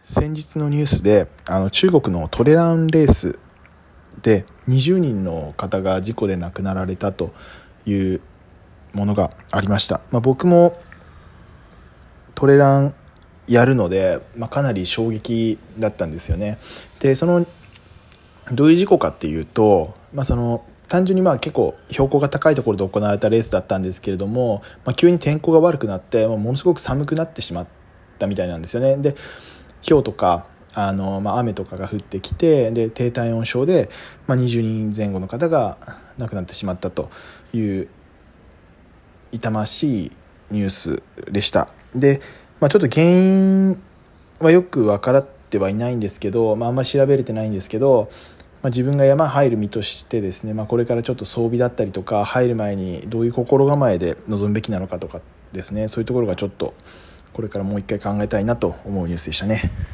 先日のニュースで中国のトレランレースで20人の方が事故で亡くなられたというものがありました。僕もトレランやるので、かなり衝撃だったんですよね。でどういう事故かっていうと、単純に結構標高が高いところで行われたレースだったんですけれども、急に天候が悪くなってものすごく寒くなってしまったみたいなんですよね。で氷とか雨とかが降ってきて、で低体温症で、20人前後の方が亡くなってしまったという痛ましいニュースでした。で、ちょっと原因はよく分かってはいないんですけど、あんまり調べれてないんですけど、自分が山入る身としてですね、これからちょっと装備だったりとか、入る前にどういう心構えで臨むべきなのかとかですね、そういうところがちょっとこれからもう一回考えたいなと思うニュースでしたね。